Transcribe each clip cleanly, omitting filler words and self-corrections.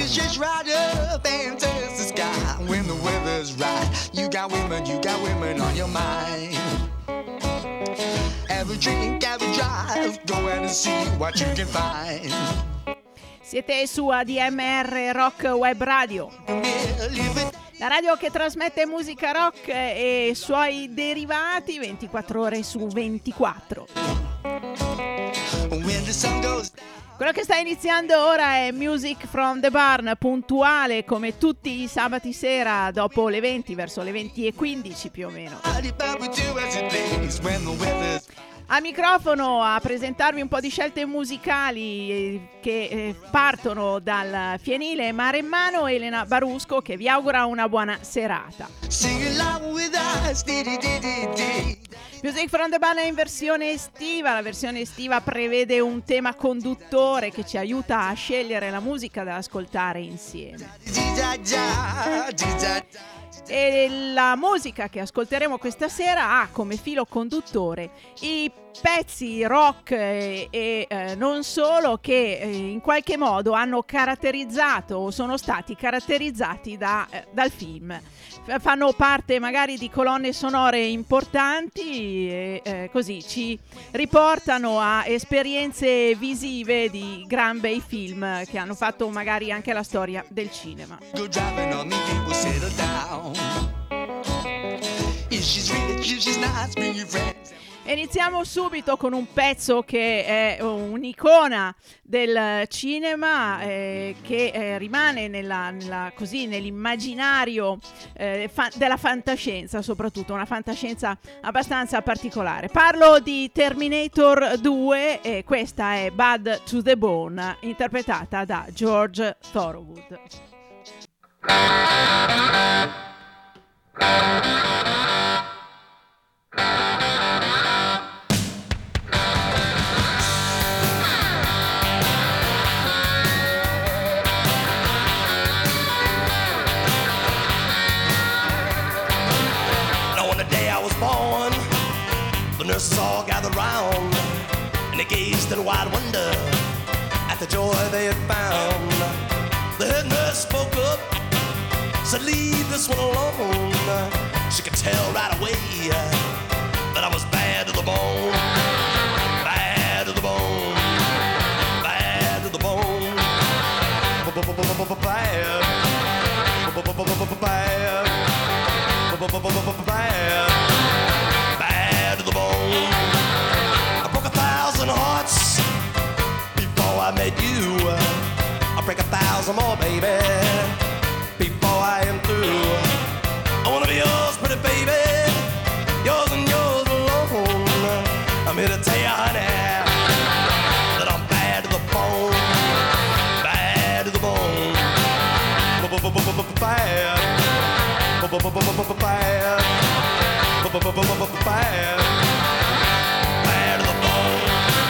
It's just right up into the sky when the weather's right. You got women on your mind. Have a drink, have a drive, go out and see what you can find. Siete su ADMR Rock Web Radio, la radio che trasmette musica rock e suoi derivati 24 ore su 24. Quello che sta iniziando ora è Music from the Barn, puntuale come tutti i sabati sera dopo le 20, verso le 20:15 più o meno. Al microfono a presentarvi un po' di scelte musicali che partono dal fienile Maremmano, Elena Barusco, che vi augura una buona serata. Music from the Barn è in versione estiva. La versione estiva prevede un tema conduttore che ci aiuta a scegliere la musica da ascoltare insieme. E la musica che ascolteremo questa sera ha come filo conduttore i pezzi rock e non solo, che in qualche modo hanno caratterizzato o sono stati caratterizzati dal film. Fanno parte magari di colonne sonore importanti e così ci riportano a esperienze visive di gran bei film che hanno fatto magari anche la storia del cinema. Iniziamo subito con un pezzo che è un'icona del cinema, che rimane nell'immaginario della fantascienza, soprattutto una fantascienza abbastanza particolare. Parlo di Terminator 2 e questa è Bad to the Bone, interpretata da George Thorogood. Born, the nurses all gathered round, and they gazed in wide wonder at the joy they had found. The head nurse spoke up, said, "Leave this one alone." She could tell right away that I was bad to the bone, bad to the bone, bad to the bone, bad, bad, bad to the bone. I broke 1,000 hearts before I met you. I'll break 1,000 more, baby, before I am through. I wanna be yours, pretty baby, yours and yours alone. I'm here to tell you, honey, that I'm bad to the bone, bad to the bone, bad. Bad to the bone.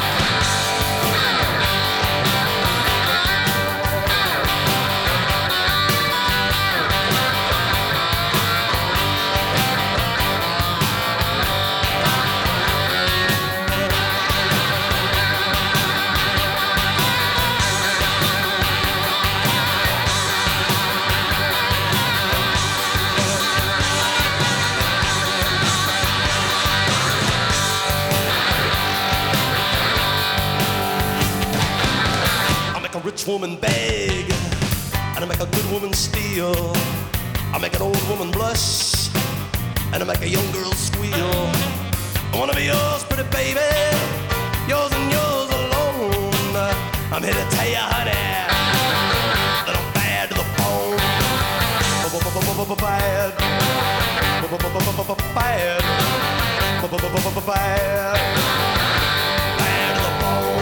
Rich woman beg, and I make a good woman steal. I make an old woman blush, and I make a young girl squeal. I wanna be yours, pretty baby, yours and yours alone. I'm here to tell you, honey, that I'm bad to the bone. Bad, bad, bad, bad to the bone.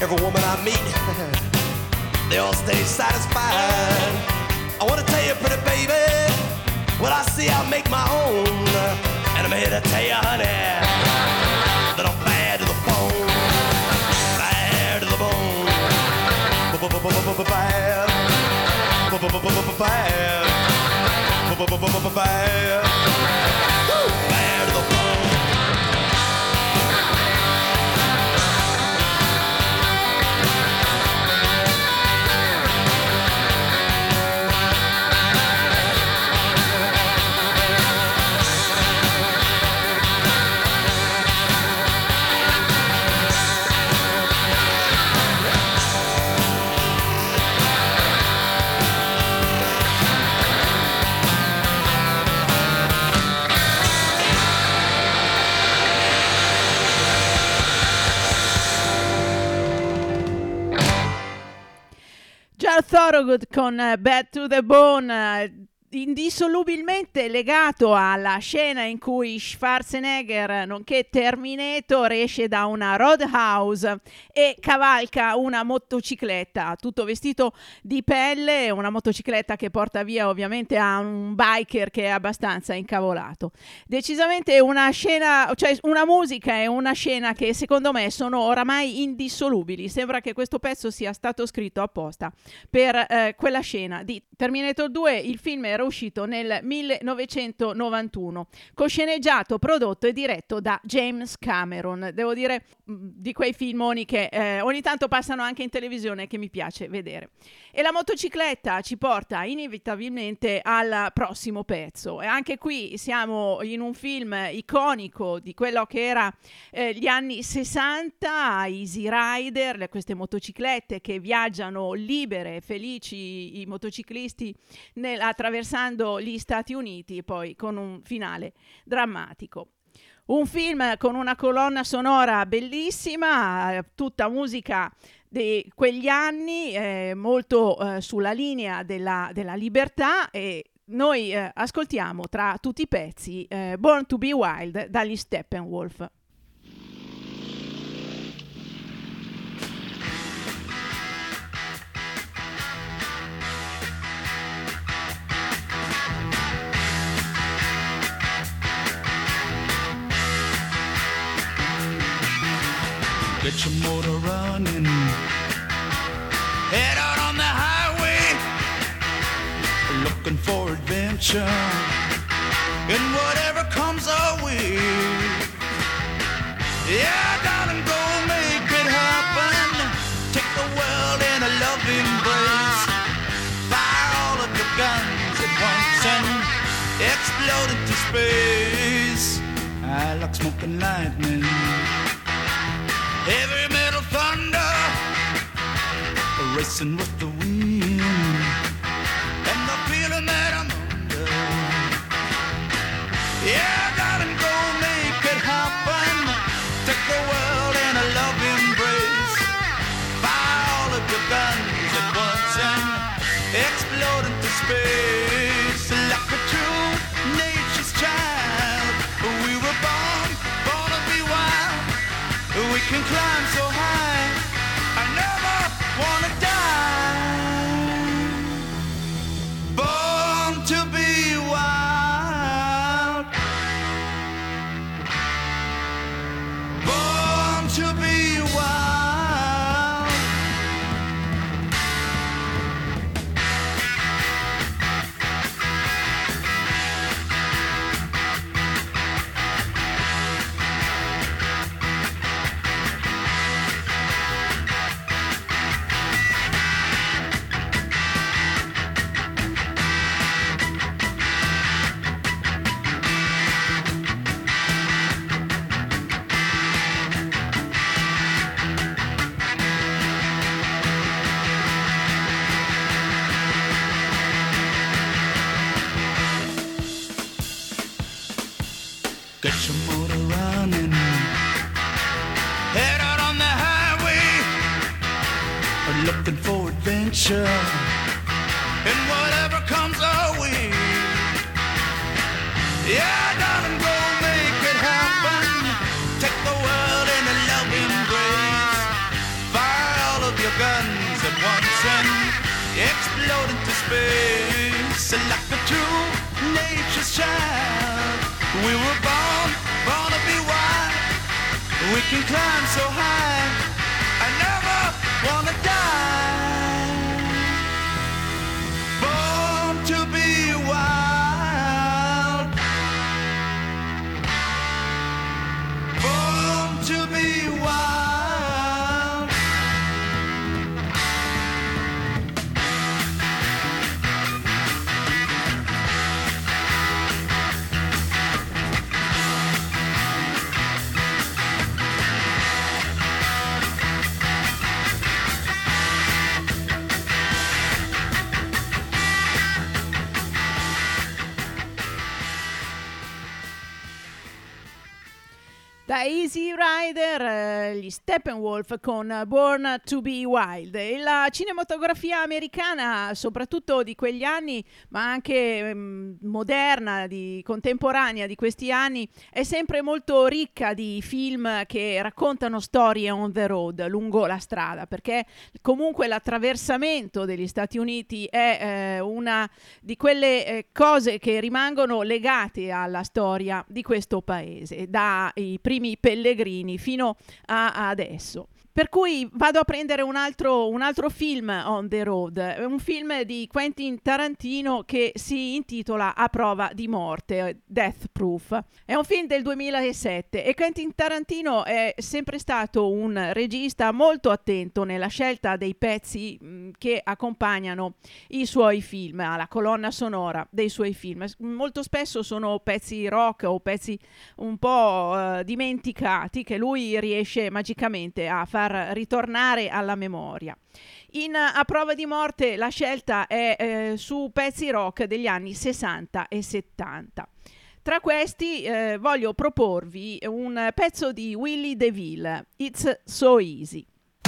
every woman I meet, they all stay satisfied. I wanna tell you, pretty baby, what I see I'll make my own. And I'm here to tell you, honey, that I'm bad to the bone, bad to the bone, bad, bad, bad to the bone. Thorogood con Bad to the Bone, indissolubilmente legato alla scena in cui Schwarzenegger, nonché Terminator, esce da una roadhouse e cavalca una motocicletta, tutto vestito di pelle, una motocicletta che porta via ovviamente a un biker che è abbastanza incavolato. Decisamente una scena, cioè una musica e una scena che secondo me sono oramai indissolubili. Sembra che questo pezzo sia stato scritto apposta per quella scena di Terminator 2. Il film era uscito nel 1991, cosceneggiato, prodotto e diretto da James Cameron. Devo dire, di quei filmoni che ogni tanto passano anche in televisione, che mi piace vedere. E la motocicletta ci porta inevitabilmente al prossimo pezzo, e anche qui siamo in un film iconico di quello che era gli anni 60, Easy Rider, queste motociclette che viaggiano libere, felici, i motociclisti attraversando gli Stati Uniti, poi con un finale drammatico. Un film con una colonna sonora bellissima, tutta musica di quegli anni, molto sulla linea della libertà, e noi ascoltiamo tra tutti i pezzi Born to be Wild dagli Steppenwolf. Get your motor running, head out on the highway, looking for adventure, and whatever comes our way. Yeah, darling, go make it happen. Take the world in a loving embrace. Fire all of your guns at once and explode into space. I like smoking lightning, heavy metal thunder, racing with the wind, and the feeling that I'm under. Yeah, darling, go make it happen. Take the world in a love embrace. Fire all of your guns at once and explode into space. Like a true nature's child, we were born to be wild. We can climb so high, I never wanna die. Born to be wild, born to be wild. Get your motor running, head out on the highway, looking for adventure, and whatever comes our way. Yeah, darling, go make it happen. Take the world in a loving embrace. Fire So like a true nature's child, we were born to be wild. We can climb so high, I never wanna die. Born to be wild, born to be wild. Da Easy Rider, gli Steppenwolf con Born to be Wild. E la cinematografia americana, soprattutto di quegli anni, ma anche moderna, contemporanea di questi anni, è sempre molto ricca di film che raccontano storie on the road, lungo la strada, perché comunque l'attraversamento degli Stati Uniti è una di quelle cose che rimangono legate alla storia di questo paese, dai primi pellegrini fino a adesso. Per cui vado a prendere un altro film on the road, un film di Quentin Tarantino che si intitola A prova di morte, Death Proof. È un film del 2007 e Quentin Tarantino è sempre stato un regista molto attento nella scelta dei pezzi che accompagnano i suoi film, alla colonna sonora dei suoi film. Molto spesso sono pezzi rock o pezzi un po' dimenticati che lui riesce magicamente a far ritornare alla memoria. In A prova di morte la scelta è su pezzi rock degli anni 60 e 70. Tra questi voglio proporvi un pezzo di Willie DeVille, It's So Easy.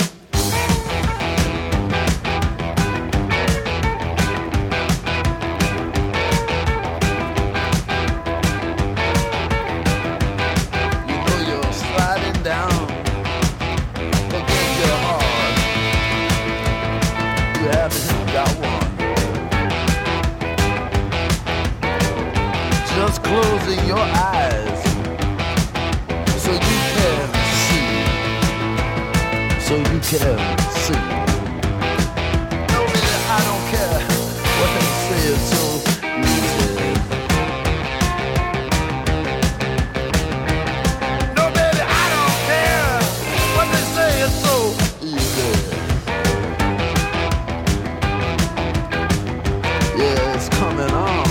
Just closing your eyes so you can see, so you can see. No, baby, I don't care what they say, it's so easy. No, baby, I don't care what they say, it's so easy. Yeah, it's coming on.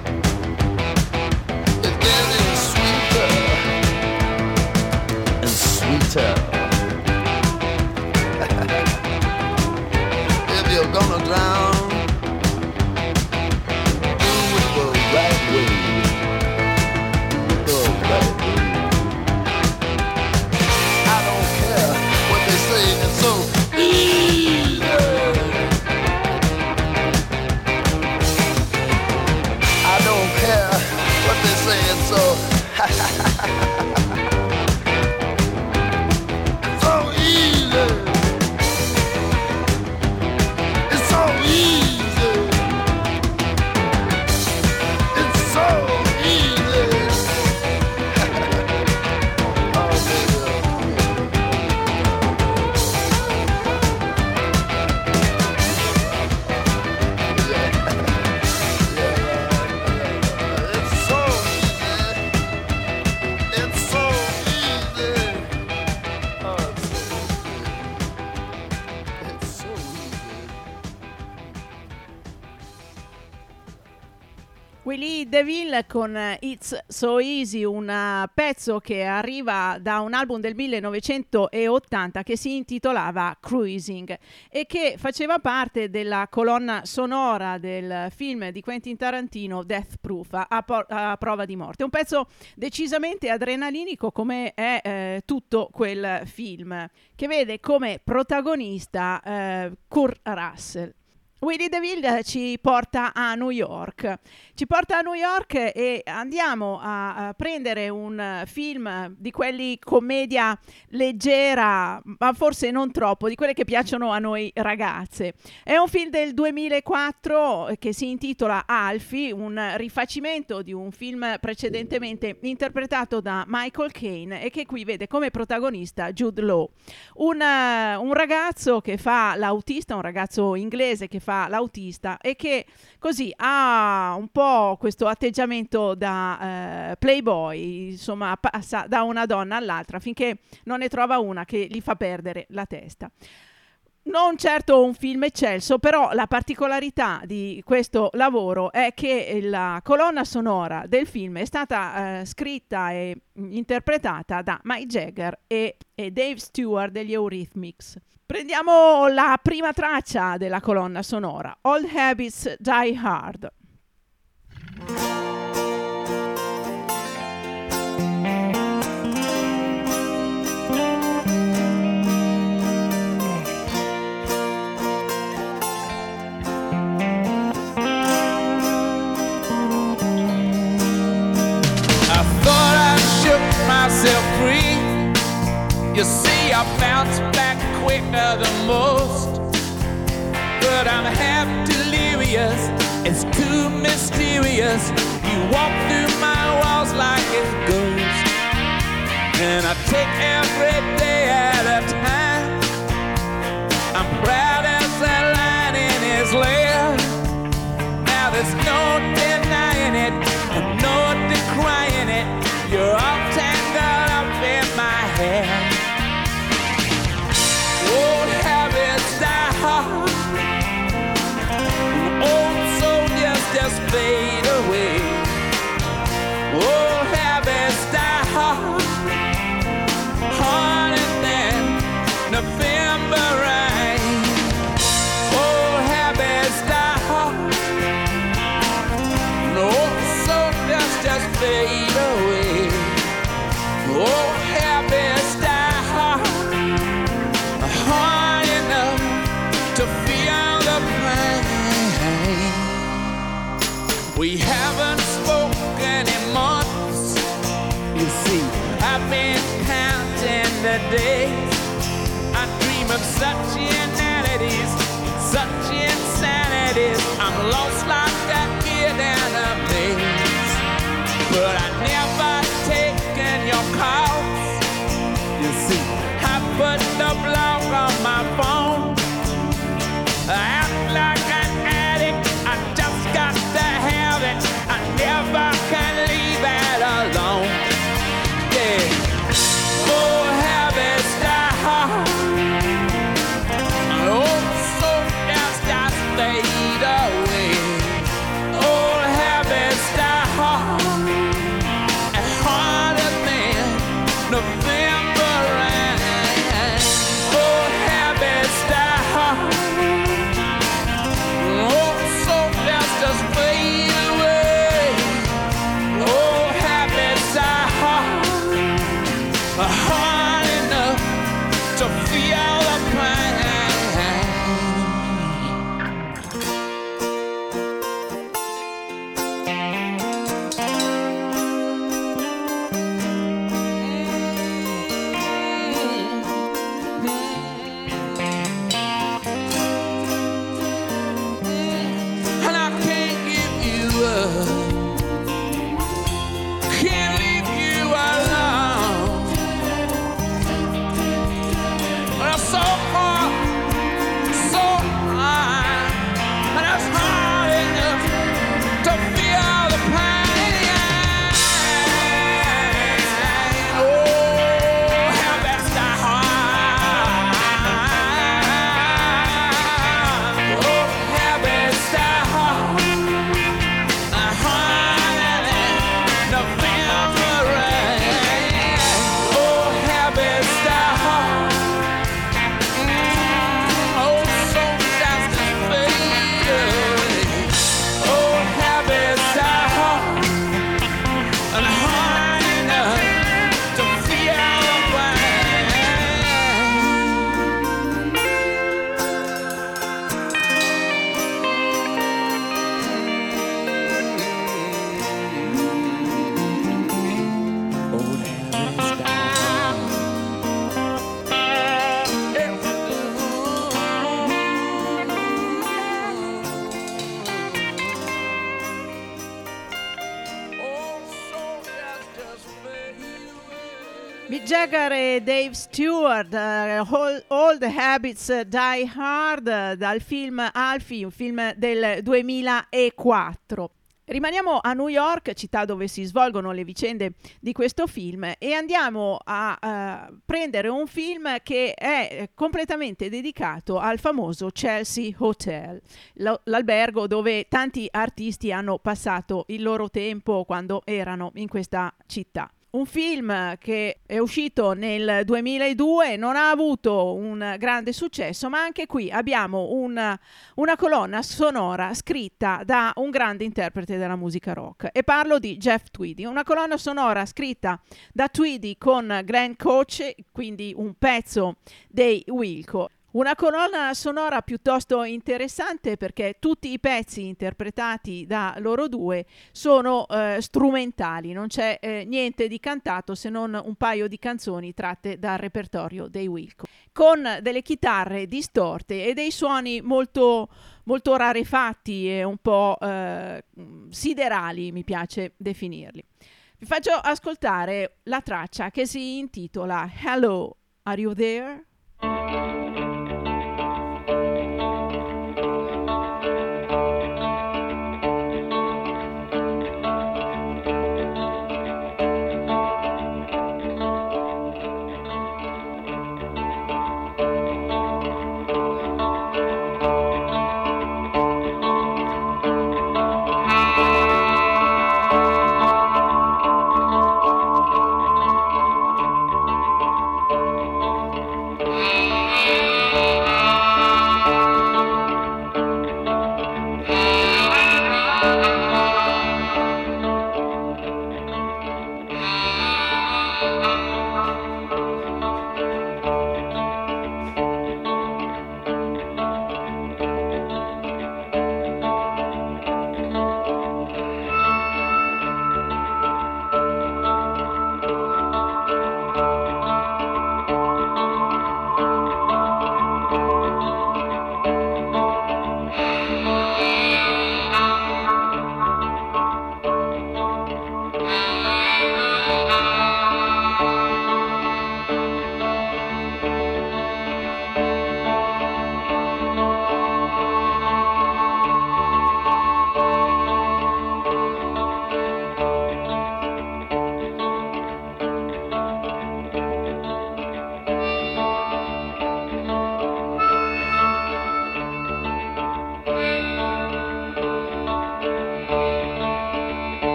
If you're gonna drown, do it the right way. The right way. I don't care what they say, it's so easy. I don't care what they say, it's so Willie DeVille con It's So Easy, un pezzo che arriva da un album del 1980 che si intitolava Cruising e che faceva parte della colonna sonora del film di Quentin Tarantino Death Proof, a prova di morte. Un pezzo decisamente adrenalinico come è tutto quel film, che vede come protagonista Kurt Russell. Willy DeVille ci porta a New York. Ci porta a New York e andiamo a prendere un film di quelli commedia leggera, ma forse non troppo, di quelle che piacciono a noi ragazze. È un film del 2004 che si intitola Alfie, un rifacimento di un film precedentemente interpretato da Michael Caine e che qui vede come protagonista Jude Law. Un ragazzo che fa l'autista, un ragazzo inglese che fa l'autista e che così ha un po' questo atteggiamento da playboy, insomma passa da una donna all'altra finché non ne trova una che gli fa perdere la testa. Non certo un film eccelso, però la particolarità di questo lavoro è che la colonna sonora del film è stata scritta e interpretata da Mick Jagger e Dave Stewart degli Eurythmics. Prendiamo la prima traccia della colonna sonora, Old Habits Die Hard. Myself free. You see, I bounce back quicker than most, but I'm half delirious. It's too mysterious. You walk through my walls like a ghost, and I take every day at a time. I'm proud as a lion in his lair. Now there's no denying it, and no decrying it. You're all tangled up in my hair. Old habits die hard. Old soldiers just fade away. Old habits die hard. Harder than November rain. Old habits die hard. Old soldiers just fade away. Oh, habits die hard, hard enough to feel the pain. We haven't spoken in months. You see, I've been counting the days. I dream of such inanities, such insanities. I'm lost like a kid in a maze, but I never taken your calls. You see, I put the block on my phone. I act like an addict, I just got to have it. I never can leave it alone. Yeah. Old habits die hard. Old soldiers just fade away. Old habits die Mick Jagger e Dave Stewart, All the Habits Die Hard, dal film Alfie, un film del 2004. Rimaniamo a New York, città dove si svolgono le vicende di questo film, e andiamo a prendere un film che è completamente dedicato al famoso Chelsea Hotel, l'albergo dove tanti artisti hanno passato il loro tempo quando erano in questa città. Un film che è uscito nel 2002, non ha avuto un grande successo, ma anche qui abbiamo una colonna sonora scritta da un grande interprete della musica rock, e parlo di Jeff Tweedy. Una colonna sonora scritta da Tweedy con Glenn Coach, quindi un pezzo dei Wilco. Una colonna sonora piuttosto interessante perché tutti i pezzi interpretati da loro due sono strumentali, non c'è niente di cantato se non un paio di canzoni tratte dal repertorio dei Wilco, con delle chitarre distorte e dei suoni molto, molto rarefatti e un po' siderali, mi piace definirli. Vi faccio ascoltare la traccia che si intitola Hello, Are You There?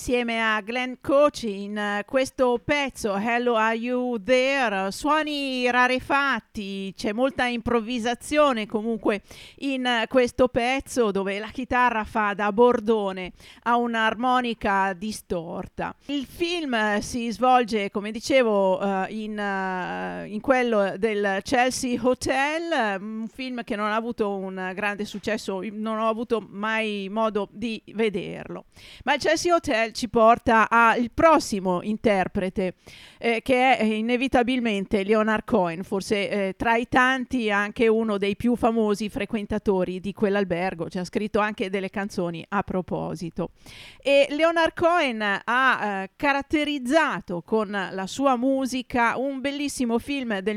insieme a Glenn Coach in questo pezzo Hello Are You There, suoni rarefatti, c'è molta improvvisazione comunque in questo pezzo dove la chitarra fa da bordone a un'armonica distorta. Il film si svolge, come dicevo, in quello del Chelsea Hotel, un film che non ha avuto un grande successo, non ho avuto mai modo di vederlo. Ma il Chelsea Hotel ci porta al prossimo interprete, che è inevitabilmente Leonard Cohen, forse tra i tanti anche uno dei più famosi frequentatori di quell'albergo, ci ha scritto anche delle canzoni a proposito. E Leonard Cohen ha caratterizzato con la sua musica un bellissimo film del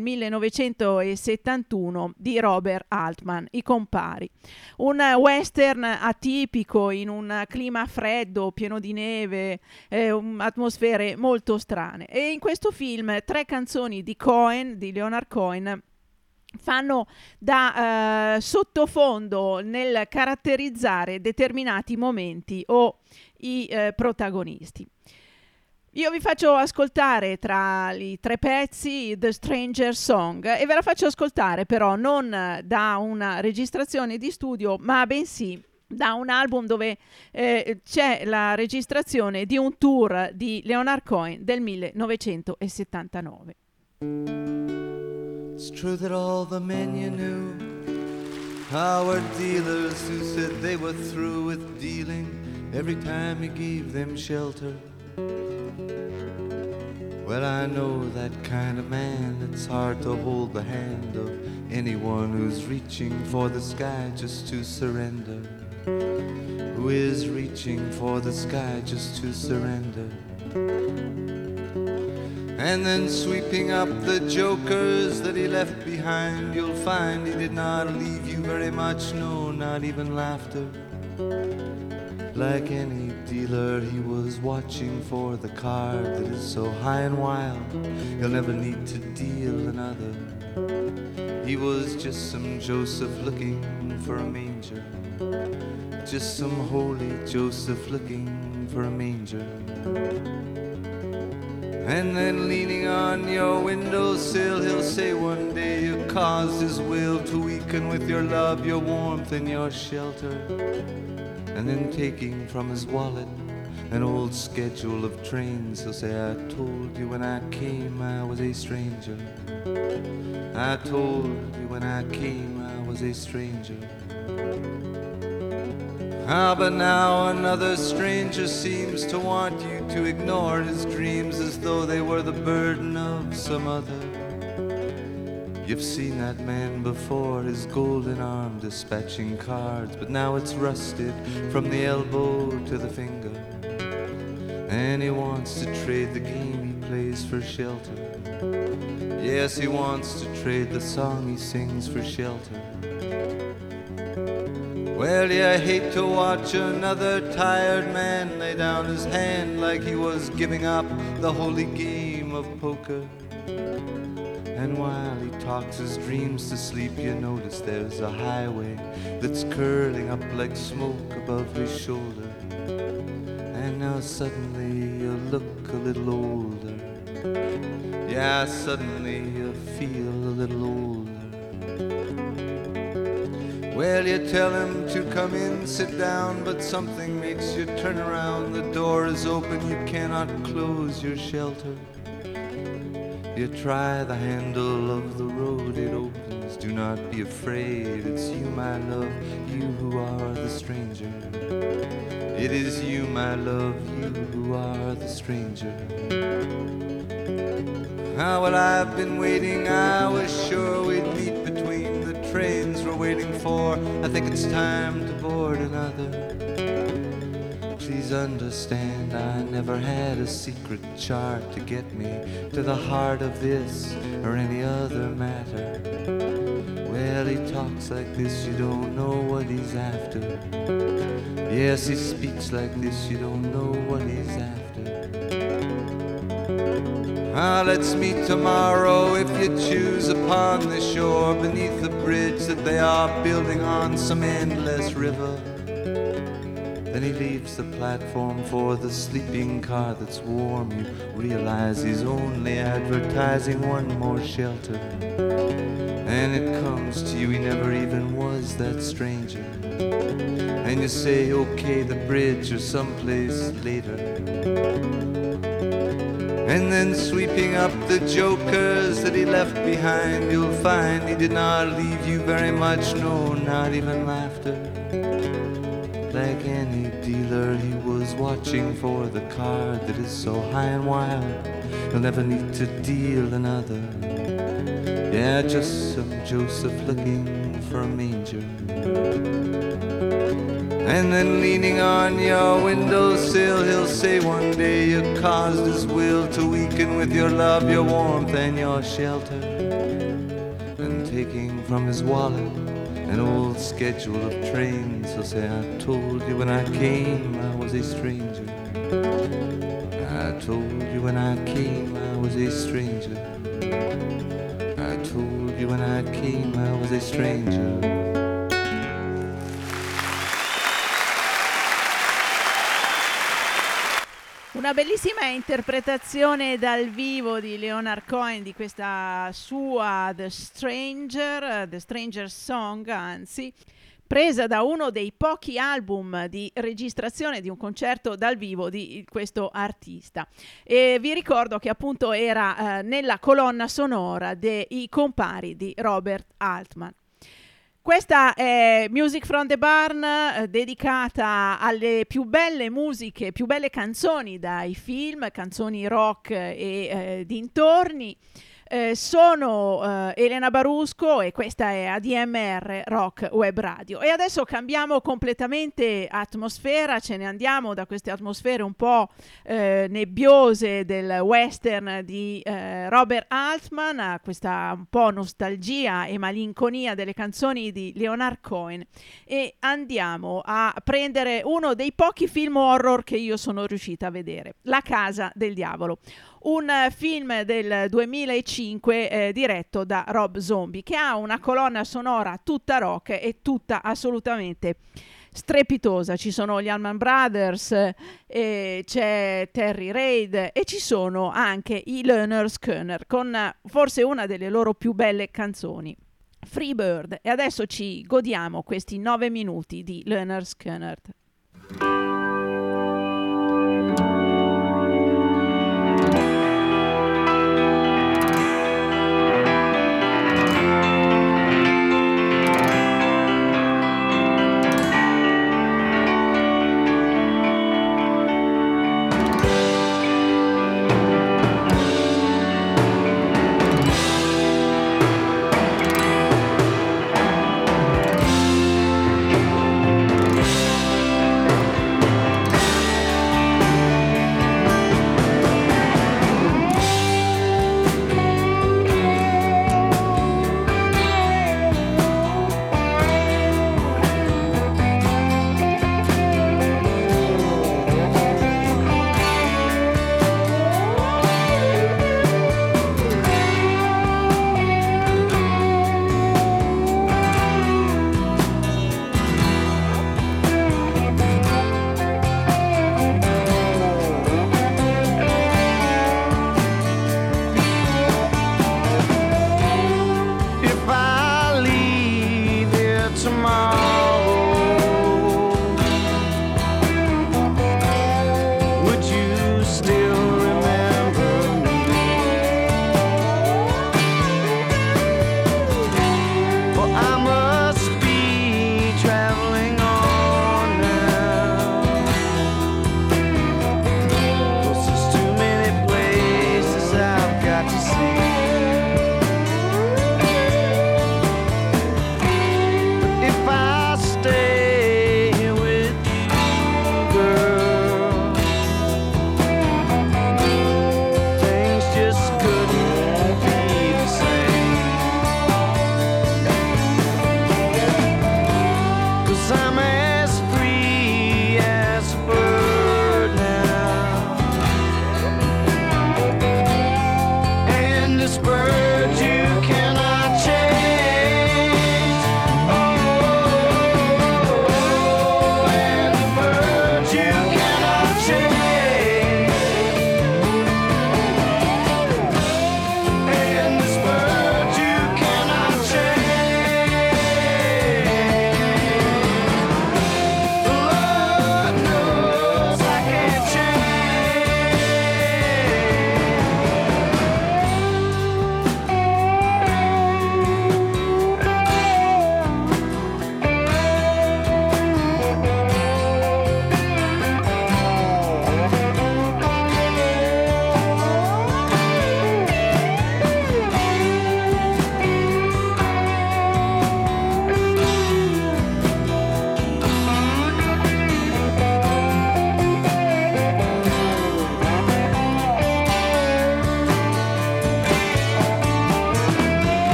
1971 di Robert Altman, I compari, un western atipico in un clima freddo, pieno di neve, atmosfere molto strane. E in questo film 3 canzoni di Leonard Cohen, fanno da sottofondo nel caratterizzare determinati momenti o i protagonisti. Io vi faccio ascoltare tra i 3 pezzi The Stranger Song, e ve la faccio ascoltare però non da una registrazione di studio, ma bensì da un album dove c'è la registrazione di un tour di Leonard Cohen del 1979. It's true that all the men you knew were dealers who said they were through with dealing every time you gave them shelter. Well, I know that kind of man. It's hard to hold the hand of anyone who's reaching for the sky just to surrender. Who is reaching for the sky just to surrender. And then sweeping up the jokers that he left behind, you'll find he did not leave you very much, no, not even laughter. Like any dealer, he was watching for the card that is so high and wild, he'll never need to deal another. He was just some Joseph looking for a manger, just some holy Joseph looking for a manger. And then leaning on your windowsill, he'll say one day you caused his will to weaken with your love, your warmth and your shelter. And then taking from his wallet an old schedule of trains, he'll say, I told you when I came I was a stranger. I told you when I came I was a stranger. But now another stranger seems to want you to ignore his dreams as though they were the burden of some other. You've seen that man before, his golden arm dispatching cards, but now it's rusted from the elbow to the finger. And he wants to trade the game he plays for shelter. Yes, he wants to trade the song he sings for shelter. Well, you hate to watch another tired man lay down his hand like he was giving up the holy game of poker. And while he talks his dreams to sleep, you notice there's a highway that's curling up like smoke above his shoulder. And now suddenly you look a little older. Yeah, suddenly you feel a little older. Well, you tell him to come in, sit down, but something makes you turn around. The door is open, you cannot close your shelter. You try the handle of the road, it opens. Do not be afraid, it's you, my love, you who are the stranger. It is you, my love, you who are the stranger. Well, I've been waiting, I was sure we'd meet between the trains we're waiting for. I think it's time to board another. Please understand, I never had a secret chart to get me to the heart of this or any other matter. Well, he talks like this, you don't know what he's after. Yes, he speaks like this, you don't know what he's after. Let's meet tomorrow if you choose upon the shore, beneath the bridge that they are building on some endless river. Then he leaves the platform for the sleeping car that's warm. You realize he's only advertising one more shelter. And it comes to you he never even was that stranger. And you say, okay, the bridge or someplace later. And then sweeping up the jokers that he left behind, you'll find he did not leave you very much, no, not even laughter. Like any dealer, he was watching for the card that is so high and wild, he'll never need to deal another. Yeah, just some Joseph looking for a manger. And then leaning on your windowsill, he'll say one day you caused his will to weaken with your love, your warmth, and your shelter. And taking from his wallet an old schedule of trains, he'll say, I told you when I came I was a stranger. I told you when I came I was a stranger. I told you when I came I was a stranger. Una bellissima interpretazione dal vivo di Leonard Cohen di questa sua The Stranger Song, anzi, presa da uno dei pochi album di registrazione di un concerto dal vivo di questo artista. E vi ricordo che appunto era nella colonna sonora dei Compari di Robert Altman. Questa è Music from the Barn, dedicata alle più belle musiche, più belle canzoni dai film, canzoni rock e dintorni. Sono Elena Barusco e questa è ADMR Rock Web Radio. E adesso cambiamo completamente atmosfera, ce ne andiamo da queste atmosfere un po' nebbiose del western di Robert Altman a questa un po' nostalgia e malinconia delle canzoni di Leonard Cohen, e andiamo a prendere uno dei pochi film horror che io sono riuscita a vedere, La Casa del Diavolo. Un film del 2005 diretto da Rob Zombie, che ha una colonna sonora tutta rock e tutta assolutamente strepitosa. Ci sono gli Allman Brothers, c'è Terry Reid e ci sono anche i Lynyrd Skynyrd con forse una delle loro più belle canzoni, Free Bird. E adesso ci godiamo questi 9 minuti di Lynyrd Skynyrd.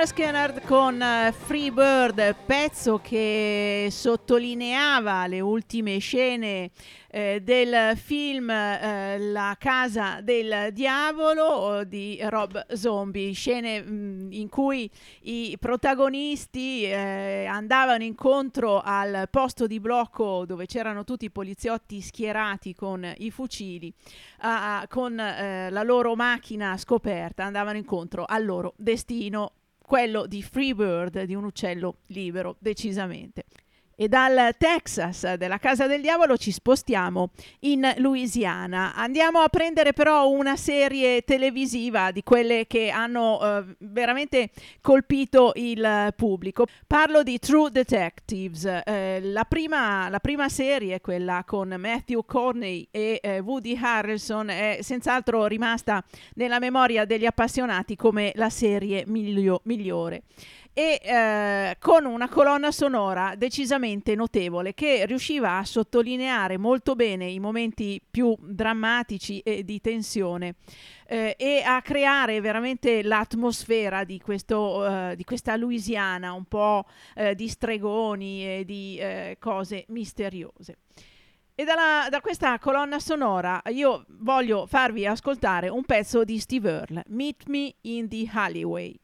Skynyrd con Free Bird, pezzo che sottolineava le ultime scene del film La casa del diavolo di Rob Zombie, scene in cui i protagonisti andavano incontro al posto di blocco dove c'erano tutti i poliziotti schierati con i fucili, con la loro macchina scoperta, andavano incontro al loro destino, quello di Free Bird, di un uccello libero, decisamente. E dal Texas, della Casa del Diavolo, ci spostiamo in Louisiana. Andiamo a prendere però una serie televisiva di quelle che hanno veramente colpito il pubblico. Parlo di True Detectives. La prima serie, quella con Matthew Corney e Woody Harrelson, è senz'altro rimasta nella memoria degli appassionati come la serie migliore. E con una colonna sonora decisamente notevole che riusciva a sottolineare molto bene i momenti più drammatici e di tensione e a creare veramente l'atmosfera di questa Louisiana un po' di stregoni e di cose misteriose. E da questa colonna sonora io voglio farvi ascoltare un pezzo di Steve Earle, Meet Me in the Alleyway.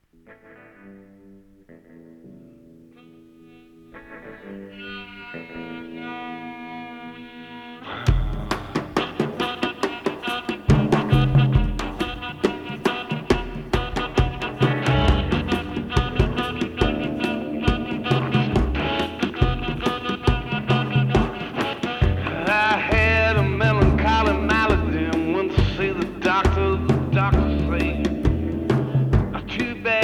Too bad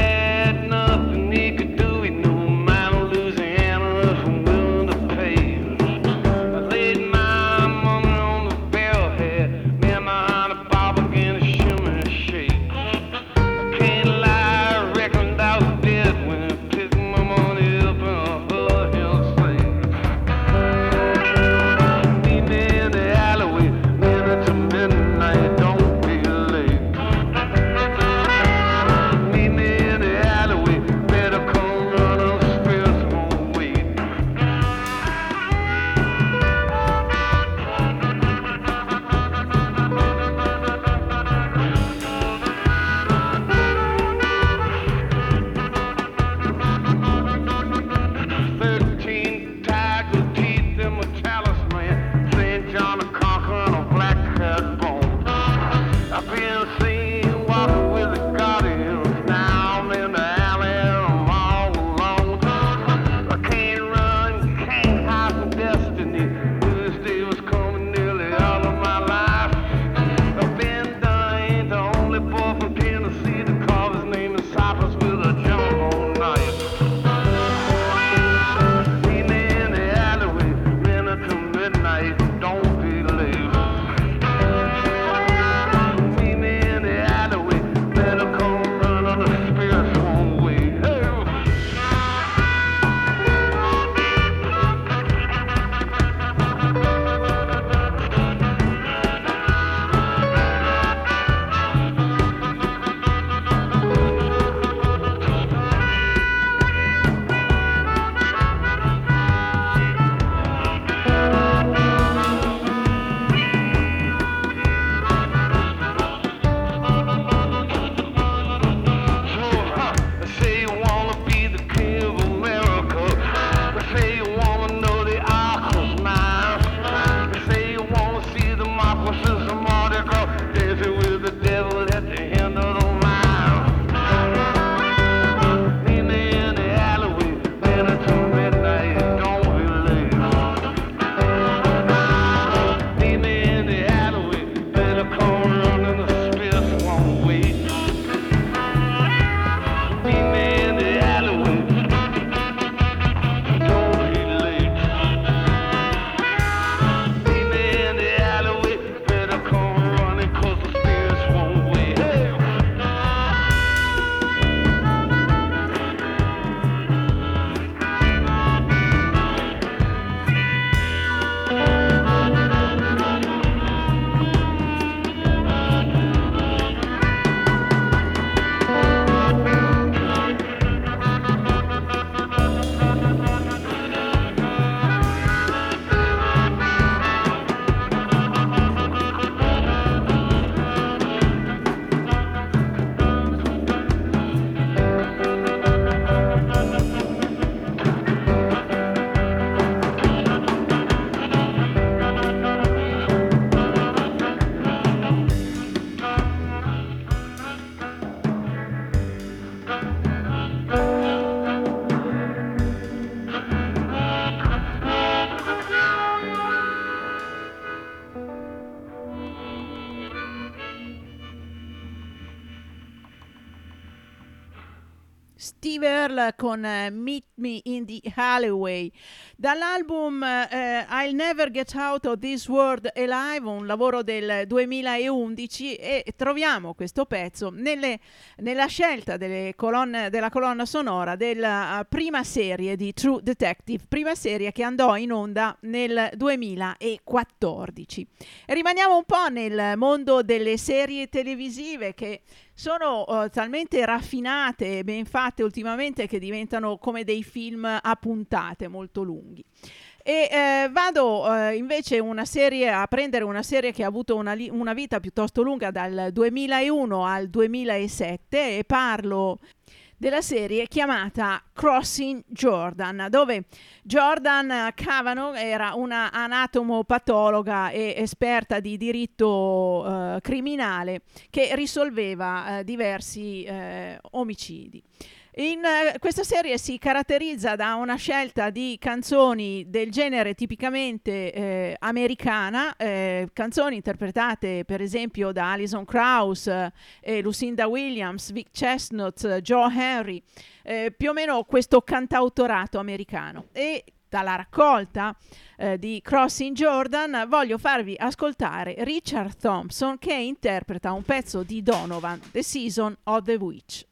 Steve Earle con Meet Me in the Alleyway, dall'album I'll Never Get Out of This World Alive, un lavoro del 2011, e troviamo questo pezzo nella scelta della colonna sonora della prima serie di True Detective, prima serie che andò in onda nel 2014. E rimaniamo un po' nel mondo delle serie televisive, che sono talmente raffinate e ben fatte ultimamente che diventano come dei film a puntate molto lunghi. E vado invece a prendere una serie che ha avuto una vita piuttosto lunga, dal 2001 al 2007, e parlo della serie chiamata Crossing Jordan, dove Jordan Cavanaugh era una anatomopatologa e esperta di diritto criminale che risolveva diversi omicidi. Questa serie si caratterizza da una scelta di canzoni del genere tipicamente americana, canzoni interpretate per esempio da Alison Krauss, Lucinda Williams, Vic Chestnut, Joe Henry, più o meno questo cantautorato americano. E dalla raccolta di Crossing Jordan voglio farvi ascoltare Richard Thompson, che interpreta un pezzo di Donovan, The Season of the Witch.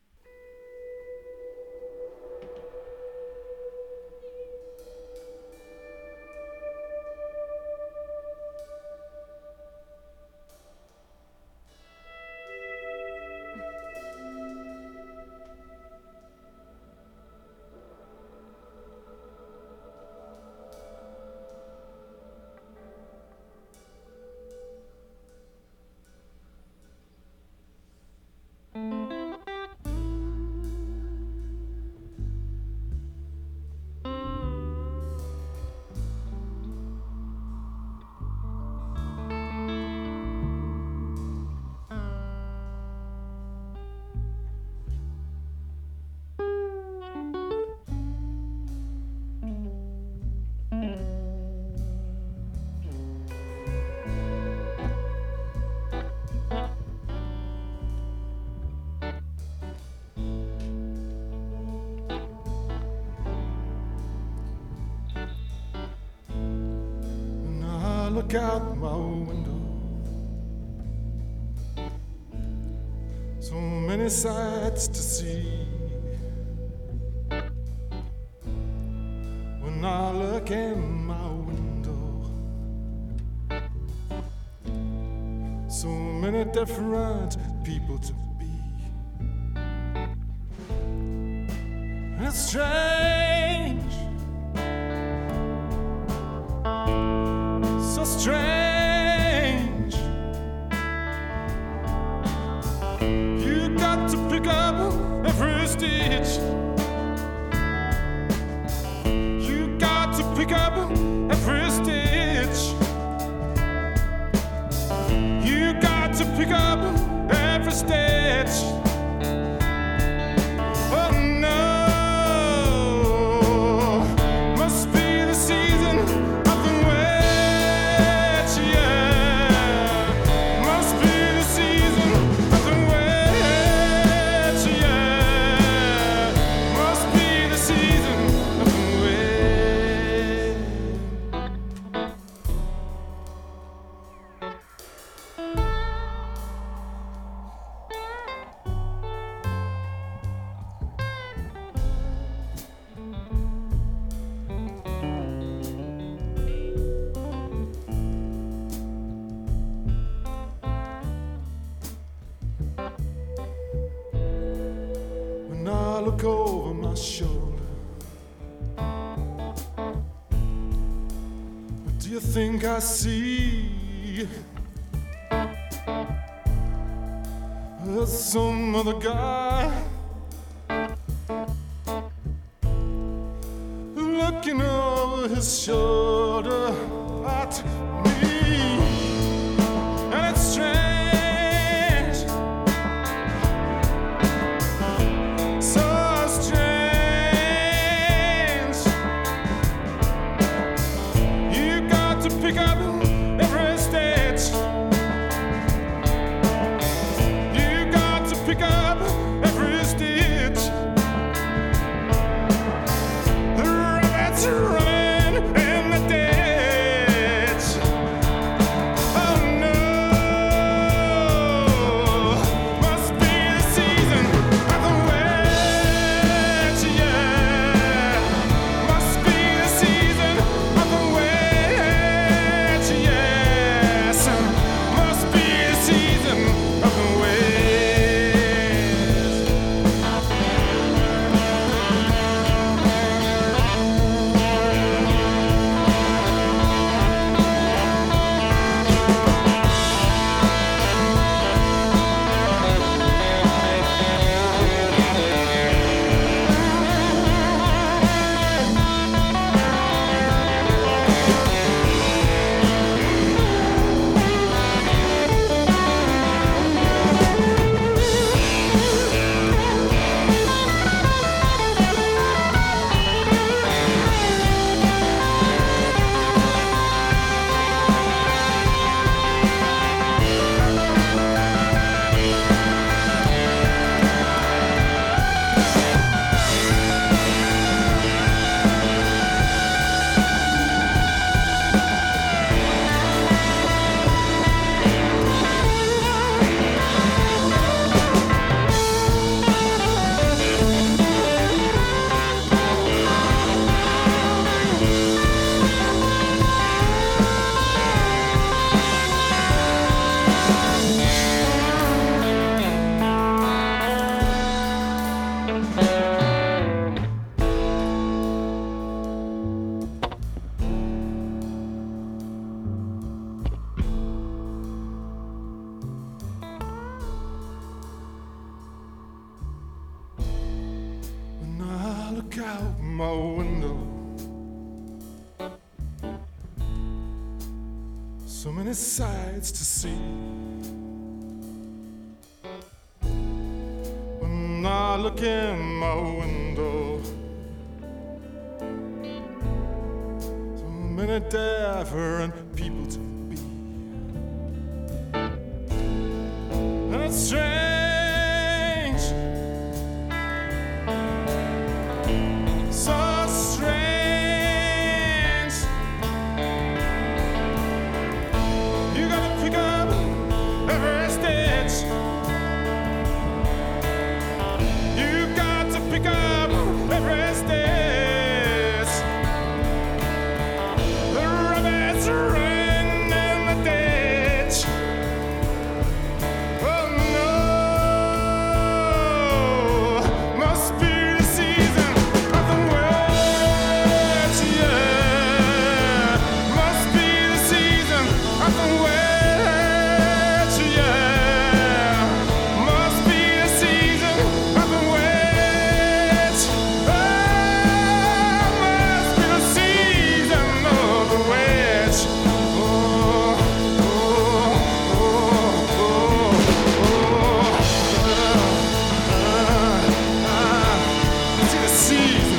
Look out my window, so many sights to see. When I look in my window, so many different people to be. It's strange, so strange. You got to pick up every stitch. You got to pick up every stitch. You got to pick up every stitch. Oh no. Look over my shoulder. What do you think I see? There's some other guy looking over his shoulder at me, and it's strange. Pick up every stitch. You got to pick up every stitch. my window. So many sights to see. When I look in my window, so many different people to be. And it's strange, so strange. You gotta pick up every stitch. You got to pick up every stitch. The rabbits ran in the ditch. Oh no, must be the season of the witch, yeah. Must be the season of the witch, yeah. Must be the season of the witch. Oh, must be the season of the witch. Oh, oh, oh, see the season.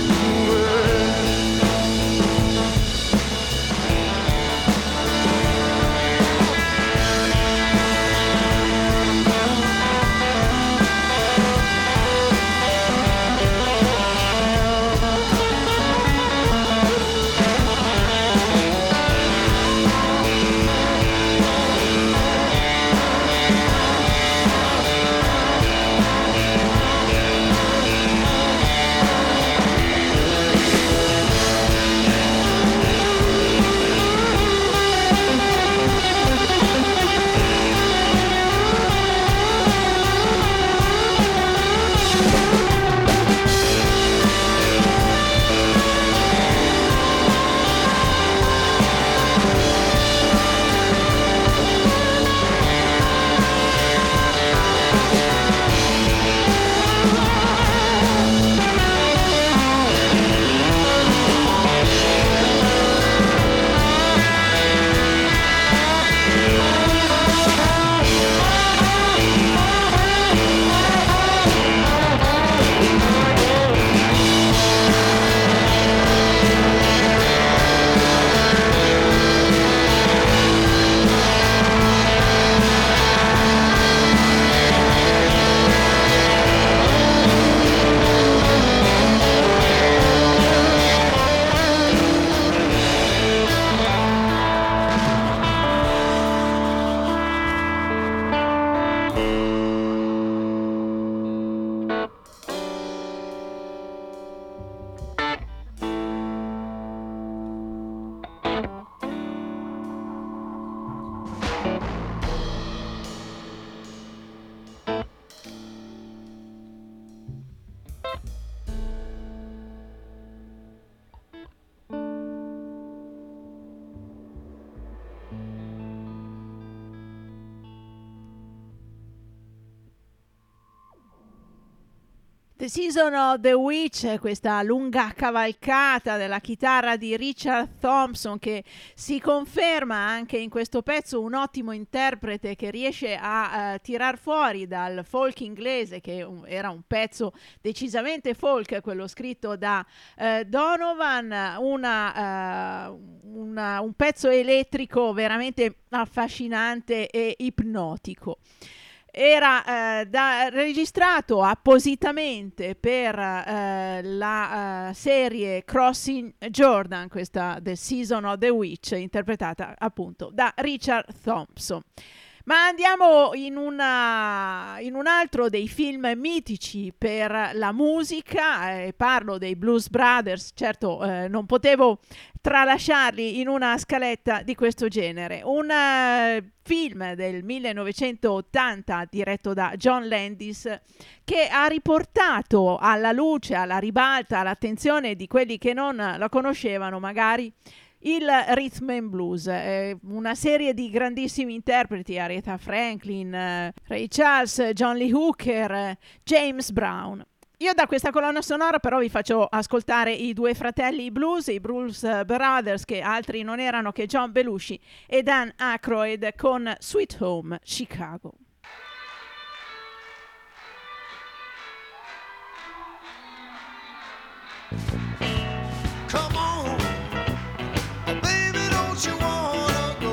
The Season of the Witch, questa lunga cavalcata della chitarra di Richard Thompson, che si conferma anche in questo pezzo un ottimo interprete che riesce a tirar fuori dal folk inglese, che era un pezzo decisamente folk, quello scritto da Donovan, un pezzo elettrico veramente affascinante e ipnotico. Era registrato appositamente per la serie Crossing Jordan, questa The Season of the Witch, interpretata appunto da Richard Thompson. Ma andiamo in un altro dei film mitici per la musica, parlo dei Blues Brothers. Certo, non potevo tralasciarli in una scaletta di questo genere. Un film del 1980 diretto da John Landis, che ha riportato alla luce, alla ribalta, all'attenzione di quelli che non la conoscevano magari, il rhythm and blues, una serie di grandissimi interpreti: Aretha Franklin, Ray Charles, John Lee Hooker, James Brown. Io da questa colonna sonora però vi faccio ascoltare i due fratelli i Blues Brothers, che altri non erano che John Belushi e Dan Aykroyd, con Sweet Home Chicago. Come on, baby, don't you wanna go?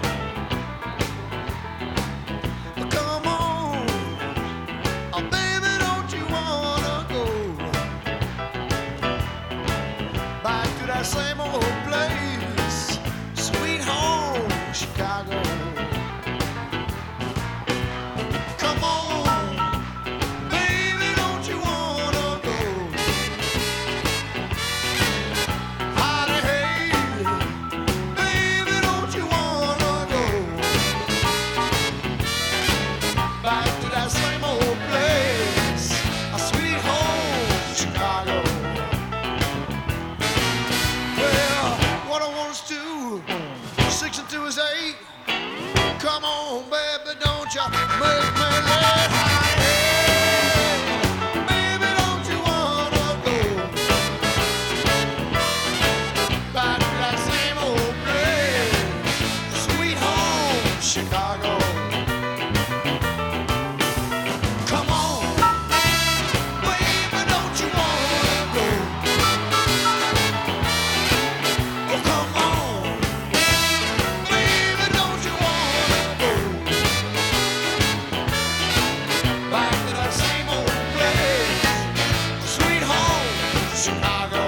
Come on, baby, don't you wanna go back to that same old place, sweet home, Chicago? Come on, baby, don't you wanna go? Come on, baby, don't you make me late. Baby, don't you wanna go back to that same old place, sweet home, Chicago? Come on, baby, don't you wanna go? Oh, come on, baby, don't you wanna go back to that same old place, sweet home, Chicago?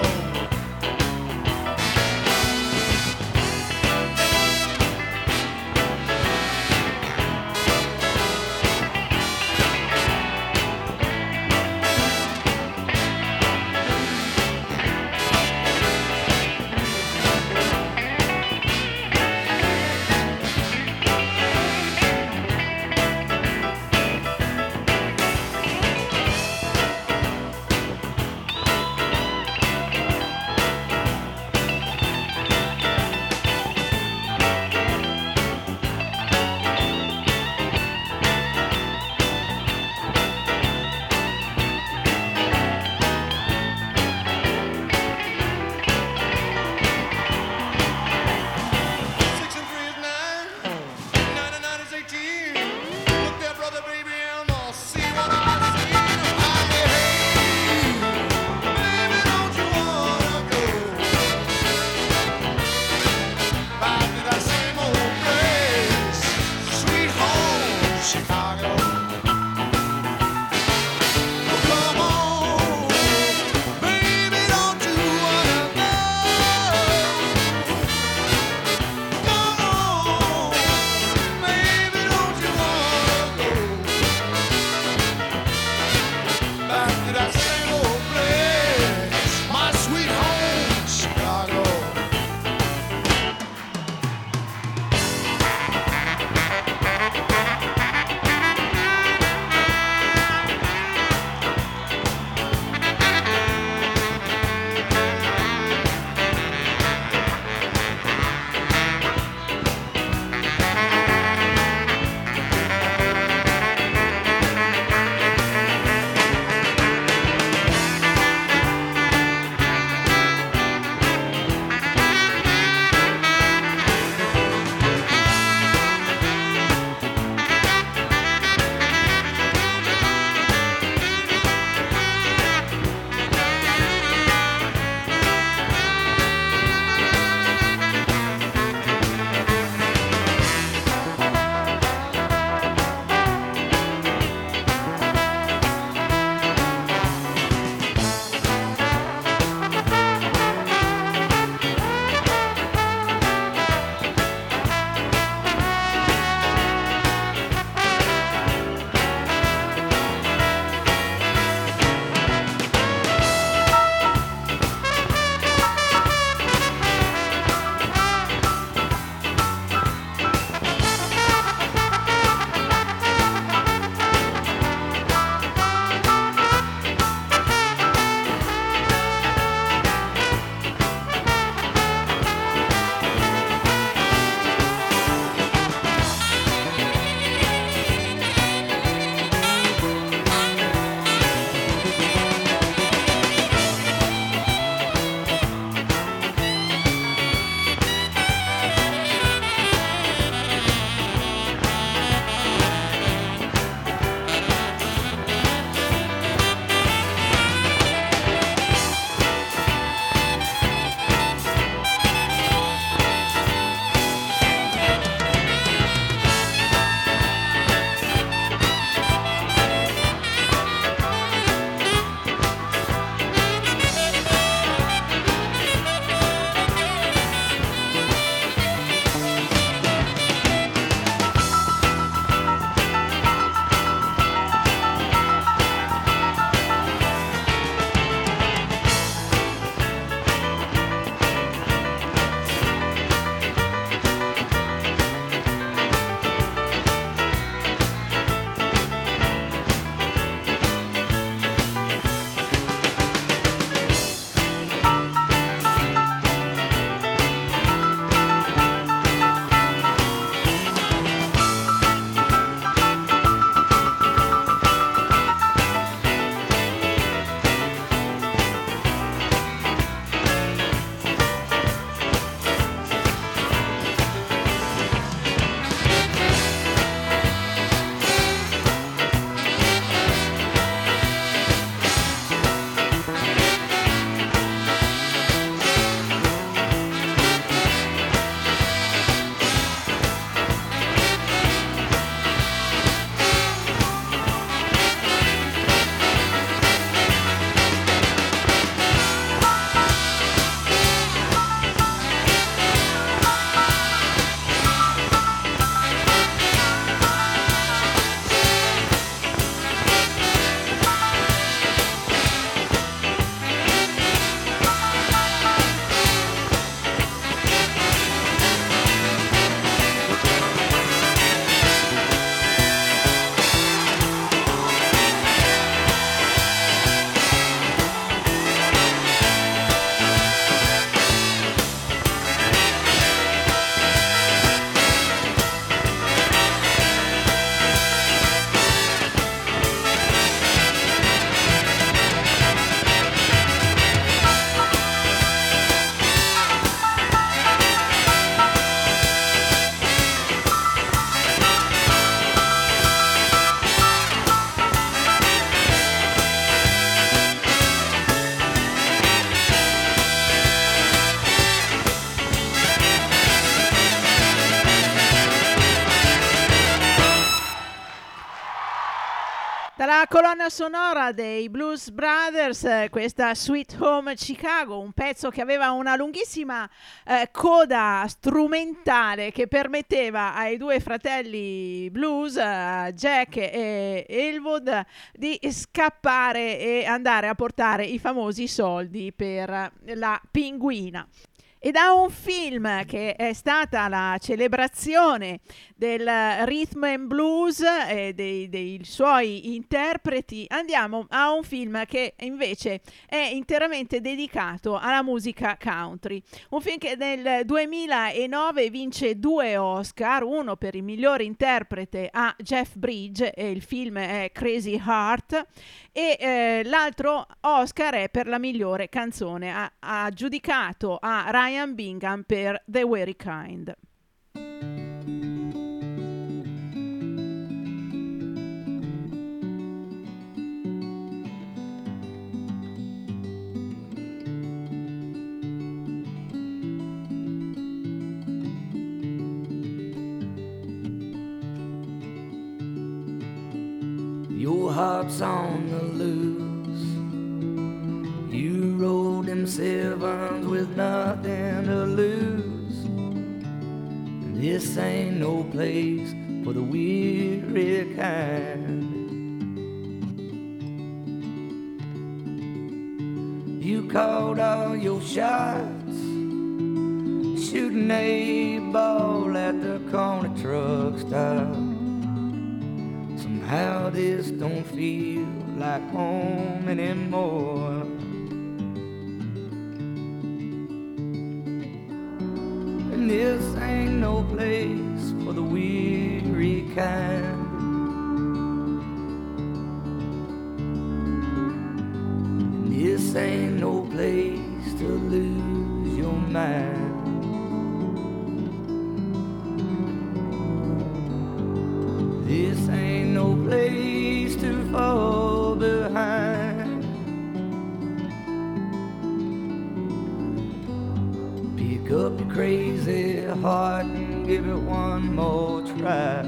Dalla colonna sonora dei Blues Brothers, questa Sweet Home Chicago, un pezzo che aveva una lunghissima coda strumentale che permetteva ai due fratelli blues, Jack e Elwood, di scappare e andare a portare i famosi soldi per la pinguina. E da un film che è stata la celebrazione del rhythm and blues e dei suoi interpreti, andiamo a un film che invece è interamente dedicato alla musica country. Un film che nel 2009 vince 2 Oscar, uno per il miglior interprete a Jeff Bridges, e il film è Crazy Heart, e l'altro Oscar è per la migliore canzone, ha giudicato a Ryan Bingham per The Very Kind. Your heart's on the loose. You rode them sevens with nothing to lose. This ain't no place for the weary kind. You called all your shots, shooting a ball at the corner truck stop. Somehow this don't feel like home anymore. And this ain't no place for the weary kind. And this ain't no place to lose your mind. This ain't no place to fall behind. Pick up your crazy heart and give it one more try.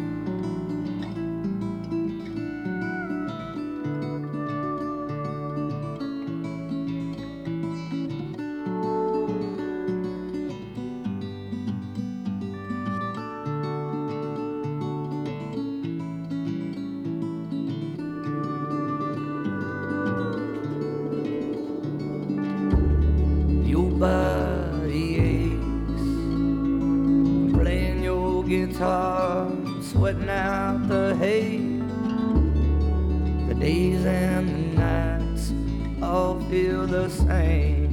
Sweating out the hay. The days and the nights all feel the same.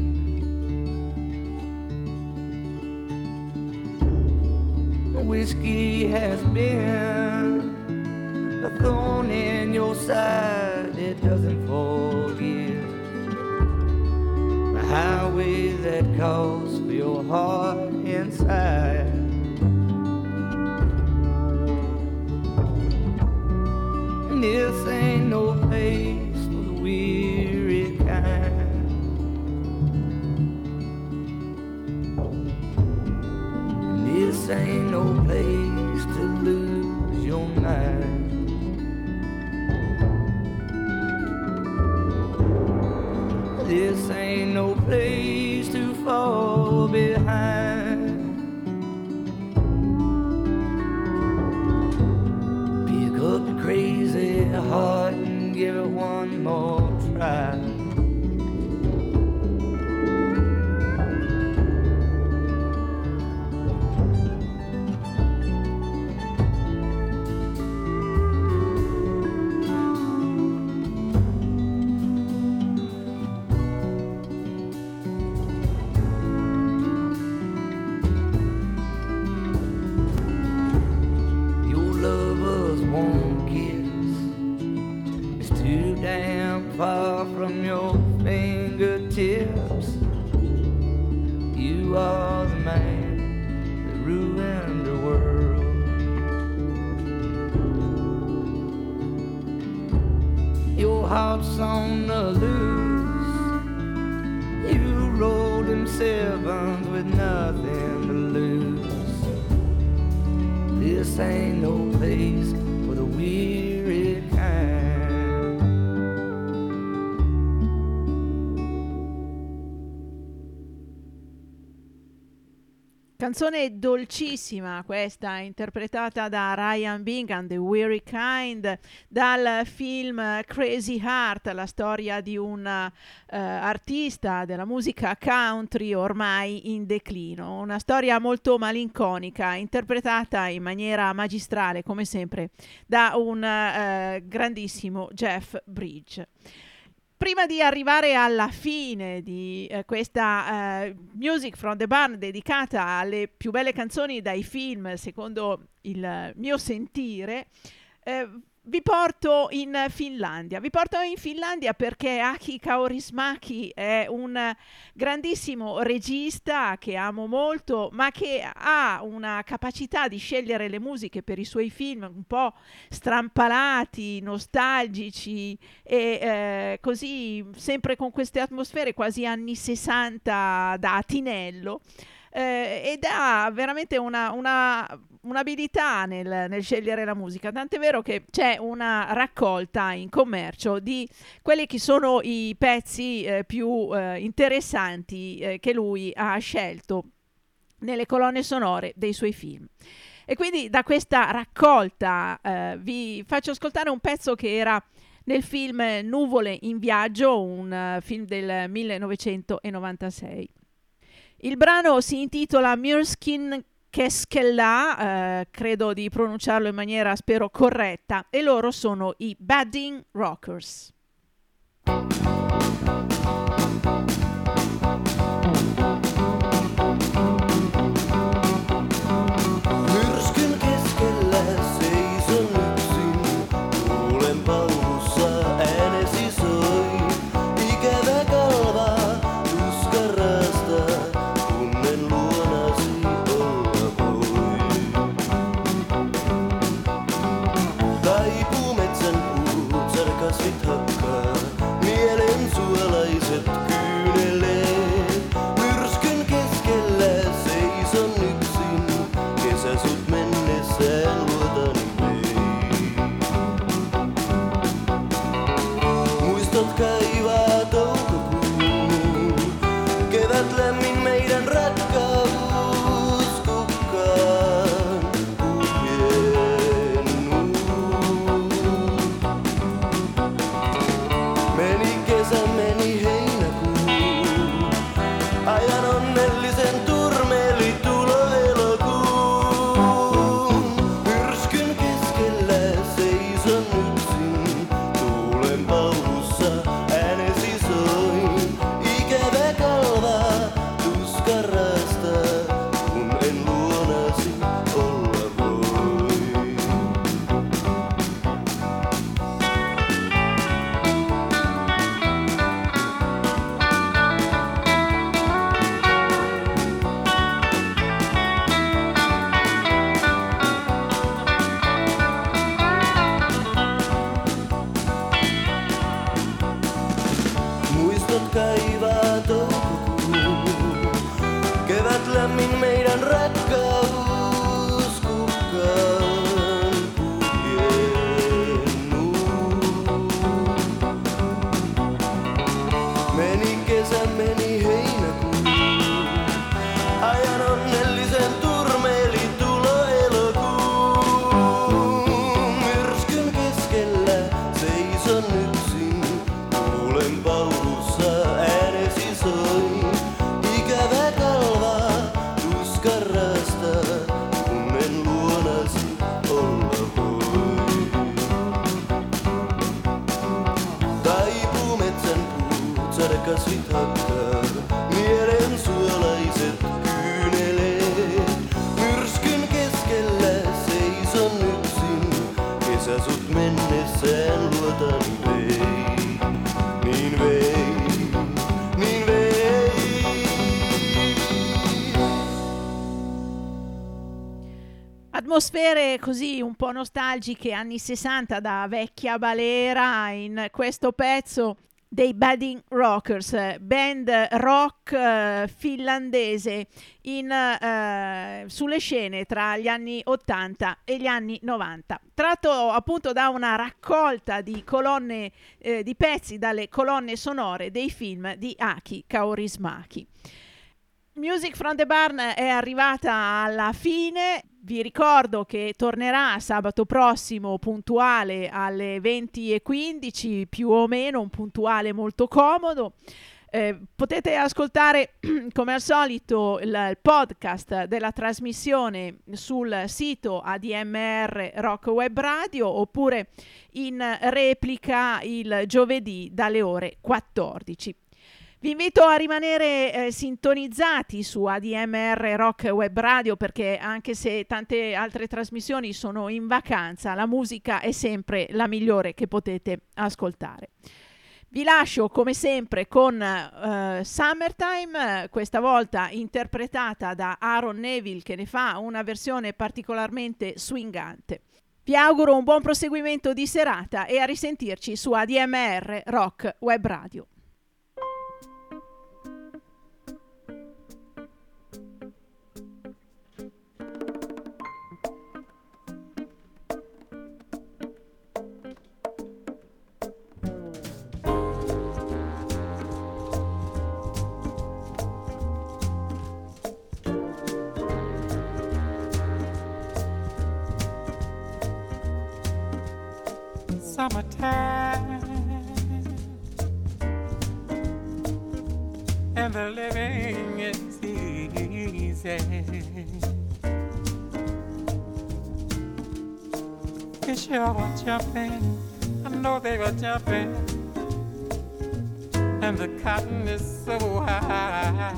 Whiskey has been a thorn in your side, it doesn't forgive. The highway that calls for your heart inside. This ain't no place for the weary kind. This ain't no place to lose your mind. This ain't no place to fall behind. Pick up your crazy heart and give it one more try. Far from your fingertips, you are the man that ruined the world. Your heart's on the loose. You rolled them sevens with nothing to lose. This ain't no place for the weary kind. Canzone dolcissima questa, interpretata da Ryan Bingham, The Weary Kind, dal film Crazy Heart, la storia di un artista della musica country ormai in declino. Una storia molto malinconica, interpretata in maniera magistrale, come sempre, da un grandissimo Jeff Bridge. Prima di arrivare alla fine di questa Music from the Barn dedicata alle più belle canzoni dai film, secondo il mio sentire, vi porto in Finlandia. Vi porto in Finlandia perché Aki Kaurismäki è un grandissimo regista che amo molto, ma che ha una capacità di scegliere le musiche per i suoi film un po' strampalati, nostalgici e così, sempre con queste atmosfere quasi anni 60 da Atinello. Ed ha veramente un'abilità nel scegliere la musica, tant'è vero che c'è una raccolta in commercio di quelli che sono i pezzi più interessanti che lui ha scelto nelle colonne sonore dei suoi film. E quindi da questa raccolta vi faccio ascoltare un pezzo che era nel film Nuvole in viaggio, un film del 1996. Il brano si intitola Myrskin Keskellä, credo di pronunciarlo in maniera, spero, corretta, e loro sono i Budding Rockers. Myrskyn keskellä seison yksin, tuulen paukussa äänesi soi. Ikävä kalva, tuska rasta, tunnen luonasi olla voi. Taipuu metsän puut, sarkasvit hakkaa, mielen suolaiset kyyneleet. Myrskyn keskellä seison yksin, kesä sut mennessään luotani vei. Muistot kaivaa toukokuun, kevät lämmin meidän rakkaus kukkaan huijennut. Meni kesä, meni heinäkuu, ajan onnellisen turmeli tulo elokuun. Myrskyn keskellä seison yksin, tuulen paukussa äänesi soi. Ikävä kalva, tuska rasta, kun en luonasi olla voi. Muistot kaivaa toukokuun, kevät lämmin meidän rakkaus kukkaan huijennut. Meni kesä, meni heinäkuu, ajan onnellisen turmeli tulo elokuun. Myrskyn keskellä seison yksin, tuulen paukussa äänesi soi. Ikävä kalva, tuska rasta, kun en luonasi olla voi. Taipuu metsän puut, sarkasvit hakkaa, mielen suolaiset kyyneleet. Myrskyn keskellä seison yksin, kesä sut mennessään luotani vei. Niin vei, niin vei. Atmosfere così un po' nostalgiche, anni 60 da vecchia balera, in questo pezzo dei Budding Rockers, band rock finlandese sulle scene tra gli anni 80 e gli anni 90, tratto appunto da una raccolta di colonne di pezzi dalle colonne sonore dei film di Aki Kaurismäki. Music from the Barn è arrivata alla fine. Vi ricordo che tornerà sabato prossimo puntuale alle 20:15, più o meno, un puntuale molto comodo. Potete ascoltare come al solito il podcast della trasmissione sul sito ADMR Rock Web Radio, oppure in replica il giovedì dalle ore 14. Vi invito a rimanere sintonizzati su ADMR Rock Web Radio, perché anche se tante altre trasmissioni sono in vacanza, la musica è sempre la migliore che potete ascoltare. Vi lascio come sempre con Summertime, questa volta interpretata da Aaron Neville, che ne fa una versione particolarmente swingante. Vi auguro un buon proseguimento di serata e a risentirci su ADMR Rock Web Radio. Summertime and the living is easy. Fish are jumping, I know they were jumping, and the cotton is so high.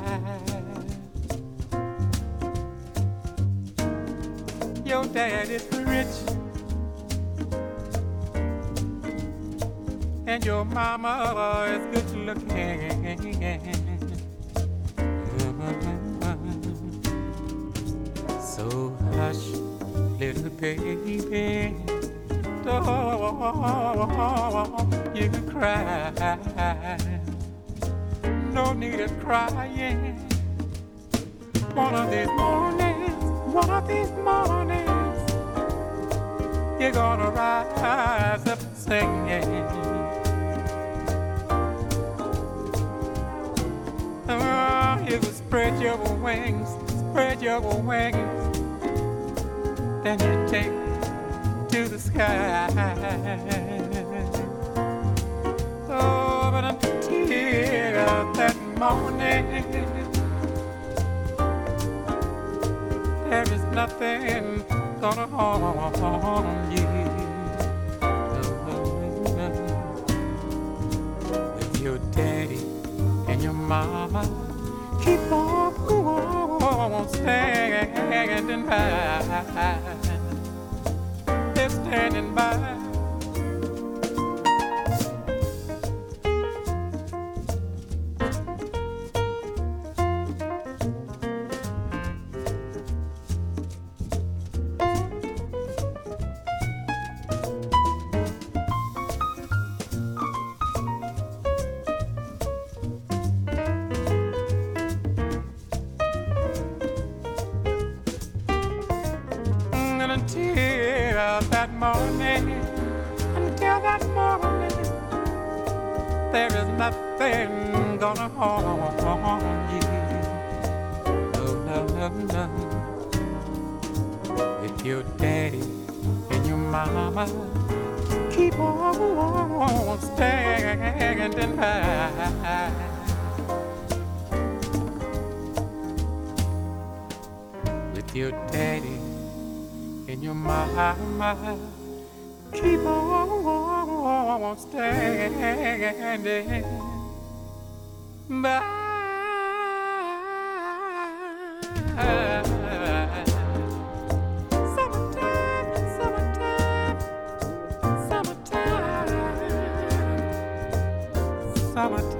Your dad is rich and your mama is good looking. So hush, little baby, don't you cry. No need of crying. One of these mornings, you're gonna rise up singing. You will spread your wings, then you take to the sky. Oh, but until that morning, there is nothing gonna harm you. With your daddy and your mama, keep on standing by. They're standing by. Until that morning, there is nothing gonna harm you. No. With your daddy and your mama, keep on standing by. With your daddy and your mama, keep on standing by. Summertime.